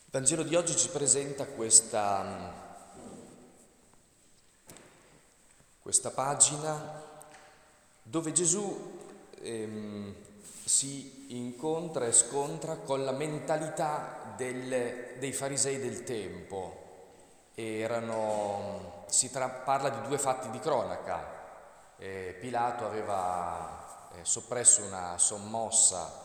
Il Vangelo di oggi ci presenta questa pagina dove Gesù si incontra e scontra con la mentalità dei farisei del tempo. Parla di due fatti di cronaca. Pilato aveva soppresso una sommossa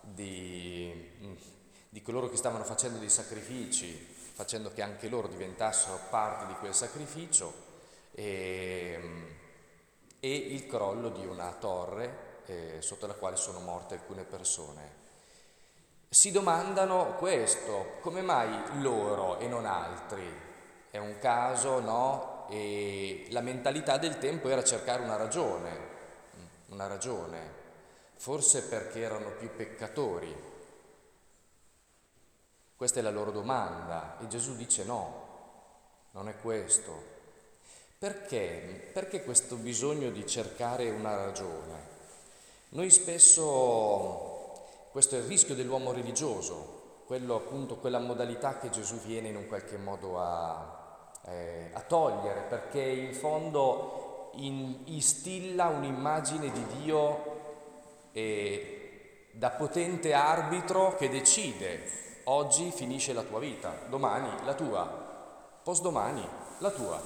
di coloro che stavano facendo dei sacrifici, facendo che anche loro diventassero parte di quel sacrificio, e il crollo di una torre sotto la quale sono morte alcune persone. Si domandano questo: come mai loro e non altri? È un caso, no? E la mentalità del tempo era cercare una ragione, forse perché erano più peccatori. Questa è la loro domanda e Gesù dice no, non è questo. Perché? Perché questo bisogno di cercare una ragione? Noi spesso, questo è il rischio dell'uomo religioso, quella modalità che Gesù viene in un qualche modo a togliere, perché in fondo instilla un'immagine di Dio da potente arbitro che decide: oggi finisce la tua vita, domani la tua, postdomani la tua.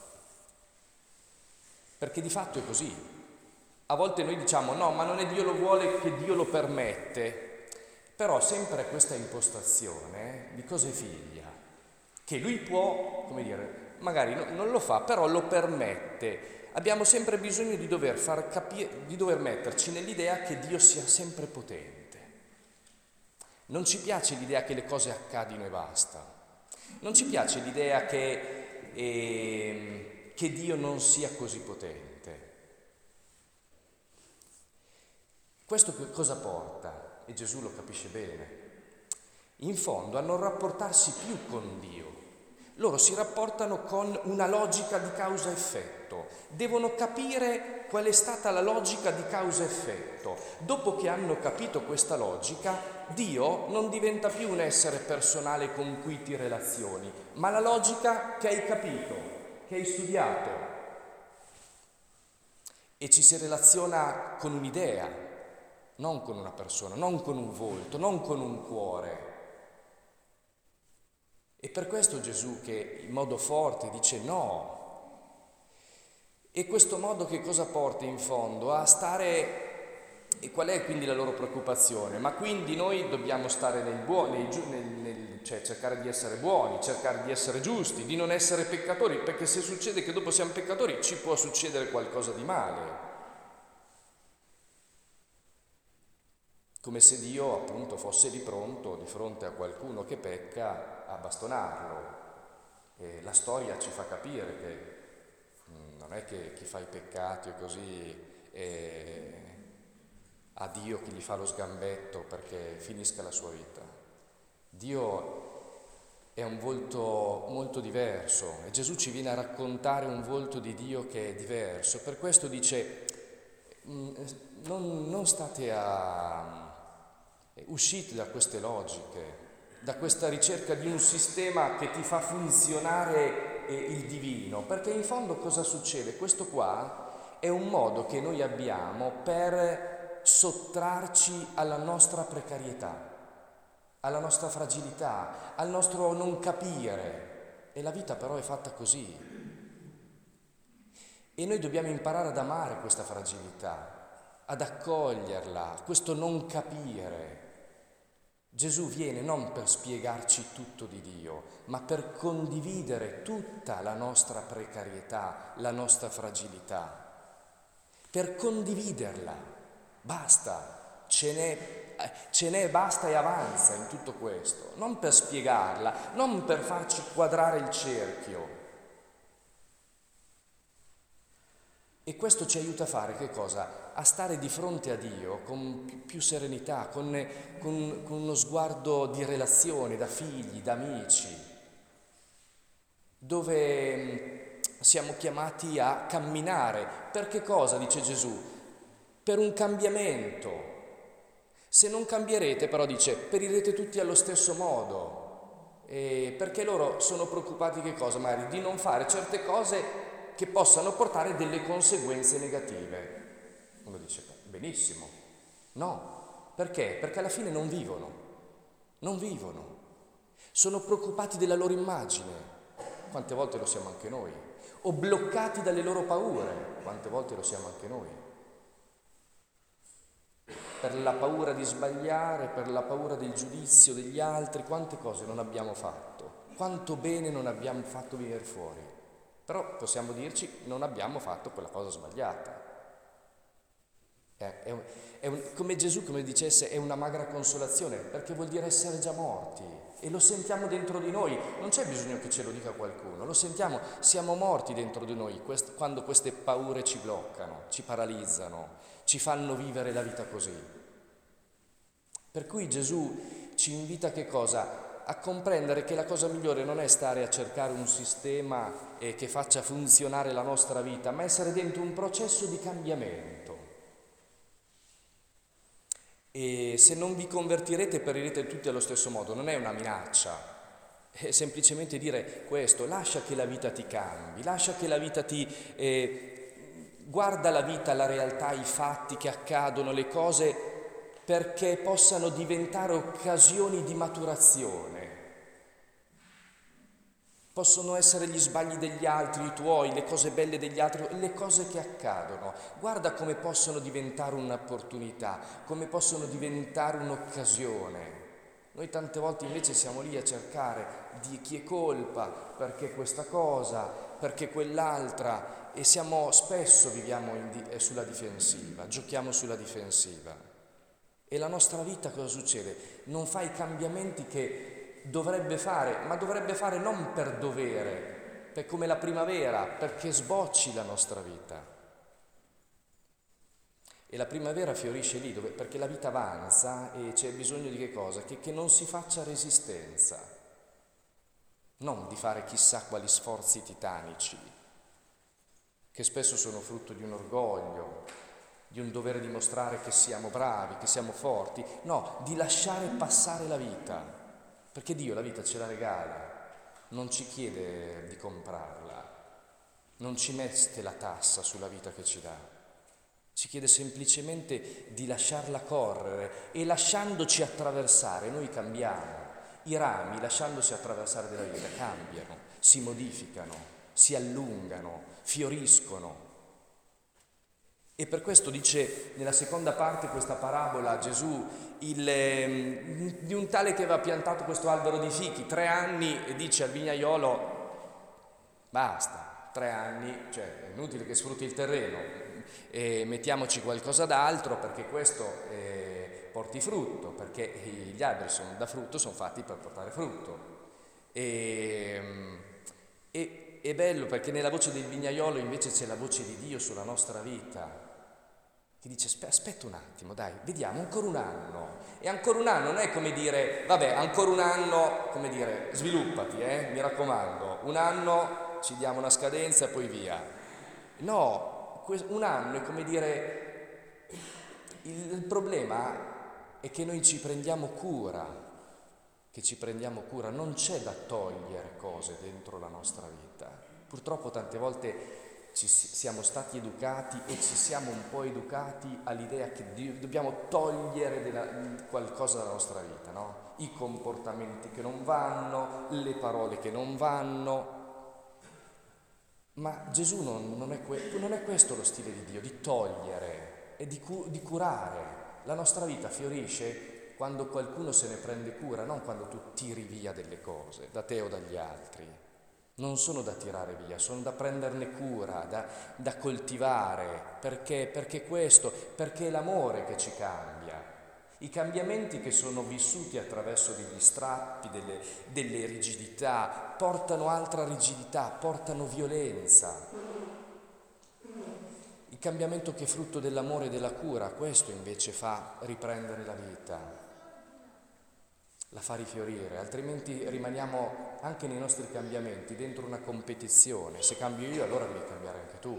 Perché di fatto è così. A volte noi diciamo no, ma non è Dio lo vuole che Dio lo permette. Però sempre questa impostazione di cosa è figlia? Che lui può, come dire, magari non lo fa, però lo permette. Abbiamo sempre bisogno di dover far capire, di dover metterci nell'idea che Dio sia sempre potente. Non ci piace l'idea che le cose accadino e basta. Non ci piace l'idea che Dio non sia così potente. Questo che cosa porta? E Gesù lo capisce bene. In fondo a non rapportarsi più con Dio. Loro si rapportano con una logica di causa-effetto. Devono capire qual è stata la logica di causa-effetto. Dopo che hanno capito questa logica, Dio non diventa più un essere personale con cui ti relazioni, ma la logica che hai capito, che hai studiato. E ci si relaziona con un'idea, non con una persona, non con un volto, non con un cuore. E per questo Gesù, che in modo forte dice no. E questo modo che cosa porta in fondo? A stare. E qual è quindi la loro preoccupazione? Ma quindi noi dobbiamo stare cioè cercare di essere buoni, cercare di essere giusti, di non essere peccatori, perché se succede che dopo siamo peccatori ci può succedere qualcosa di male. Come se Dio appunto fosse lì pronto di fronte a qualcuno che pecca a bastonarlo. E la storia ci fa capire che non è che chi fa i peccati o così a Dio che gli fa lo sgambetto perché finisca la sua vita. Dio è un volto molto diverso e Gesù ci viene a raccontare un volto di Dio che è diverso. Per questo dice non state uscite da queste logiche, da questa ricerca di un sistema che ti fa funzionare il divino, perché in fondo cosa succede? Questo qua è un modo che noi abbiamo per sottrarci alla nostra precarietà, alla nostra fragilità, al nostro non capire. E la vita però è fatta così. E noi dobbiamo imparare ad amare questa fragilità, ad accoglierla, questo non capire. Gesù viene non per spiegarci tutto di Dio, ma per condividere tutta la nostra precarietà, la nostra fragilità, per condividerla. Basta, ce n'è, basta e avanza in tutto questo, non per spiegarla, non per farci quadrare il cerchio. E questo ci aiuta a fare che cosa? A stare di fronte a Dio con più serenità, con uno sguardo di relazione, da figli, da amici, dove siamo chiamati a camminare. Per che cosa, dice Gesù? Per un cambiamento. Se non cambierete, però dice, perirete tutti allo stesso modo. perché loro sono preoccupati che cosa? Magari di non fare certe cose che possano portare delle conseguenze negative. Uno dice, benissimo. No, perché? Perché alla fine non vivono. Sono preoccupati della loro immagine, quante volte lo siamo anche noi, o bloccati dalle loro paure, quante volte lo siamo anche noi. Per la paura di sbagliare, per la paura del giudizio degli altri, quante cose non abbiamo fatto, quanto bene non abbiamo fatto venire fuori. Però possiamo dirci, non abbiamo fatto quella cosa sbagliata. Come Gesù, come dicesse, è una magra consolazione, perché vuol dire essere già morti e lo sentiamo dentro di noi, non c'è bisogno che ce lo dica qualcuno, lo sentiamo, siamo morti dentro di noi quando queste paure ci bloccano, ci paralizzano, ci fanno vivere la vita così. Per cui Gesù ci invita a che cosa? A comprendere che la cosa migliore non è stare a cercare un sistema che faccia funzionare la nostra vita, ma essere dentro un processo di cambiamento. E se non vi convertirete perirete tutti allo stesso modo, non è una minaccia, è semplicemente dire questo, lascia che la vita ti cambi, lascia che la vita guarda la vita, la realtà, i fatti che accadono, le cose, perché possano diventare occasioni di maturazione. Possono essere gli sbagli degli altri, i tuoi, le cose belle degli altri, le cose che accadono. Guarda come possono diventare un'opportunità, come possono diventare un'occasione. Noi tante volte invece siamo lì a cercare di chi è colpa, perché questa cosa, perché quell'altra, e spesso viviamo sulla difensiva, giochiamo sulla difensiva. E la nostra vita cosa succede? Non fa i cambiamenti che dovrebbe fare, ma dovrebbe fare non per dovere, come la primavera, perché sbocci la nostra vita. E la primavera fiorisce lì, perché la vita avanza e c'è bisogno di che cosa? Che non si faccia resistenza, non di fare chissà quali sforzi titanici, che spesso sono frutto di un orgoglio, di un dovere dimostrare che siamo bravi, che siamo forti, no, di lasciare passare la vita. Perché Dio la vita ce la regala, non ci chiede di comprarla, non ci mette la tassa sulla vita che ci dà, ci chiede semplicemente di lasciarla correre e lasciandoci attraversare noi cambiamo. I rami lasciandosi attraversare della vita cambiano, si modificano, si allungano, fioriscono. E per questo dice nella seconda parte questa parabola Gesù di un tale che aveva piantato questo albero di fichi 3 anni e dice al vignaiolo basta, 3 anni, cioè è inutile che sfrutti il terreno, mettiamoci qualcosa d'altro perché questo porti frutto, perché gli alberi sono da frutto, sono fatti per portare frutto. È bello perché nella voce del vignaiolo invece c'è la voce di Dio sulla nostra vita, che dice aspetta un attimo, dai, vediamo ancora un anno. E ancora un anno non è come dire, vabbè, ancora un anno, come dire, sviluppati, mi raccomando, un anno ci diamo una scadenza e poi via. No, un anno è come dire, il problema è che noi ci prendiamo cura, non c'è da togliere cose dentro la nostra vita. Purtroppo tante volte siamo stati educati e ci siamo un po' educati all'idea che dobbiamo togliere qualcosa dalla nostra vita, no? I comportamenti che non vanno, le parole che non vanno. Ma Gesù non è questo lo stile di Dio, di togliere e di curare. La nostra vita fiorisce quando qualcuno se ne prende cura, non quando tu tiri via delle cose, da te o dagli altri. Non sono da tirare via, sono da prenderne cura, da coltivare, perché è l'amore che ci cambia. I cambiamenti che sono vissuti attraverso degli strappi, delle rigidità, portano altra rigidità, portano violenza. Il cambiamento che è frutto dell'amore e della cura, questo invece fa riprendere la vita, la fa rifiorire, altrimenti rimaniamo anche nei nostri cambiamenti dentro una competizione. Se cambio io, allora devi cambiare anche tu.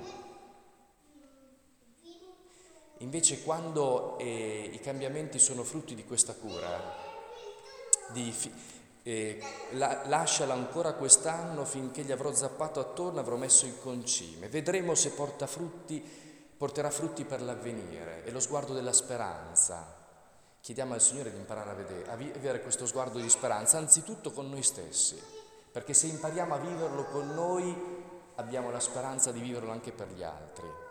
Invece quando i cambiamenti sono frutti di questa cura, e lasciala ancora quest'anno finché gli avrò zappato attorno, avrò messo il concime. Vedremo se porterà frutti per l'avvenire. È lo sguardo della speranza. Chiediamo al Signore di imparare a avere questo sguardo di speranza, anzitutto con noi stessi, perché se impariamo a viverlo con noi, abbiamo la speranza di viverlo anche per gli altri.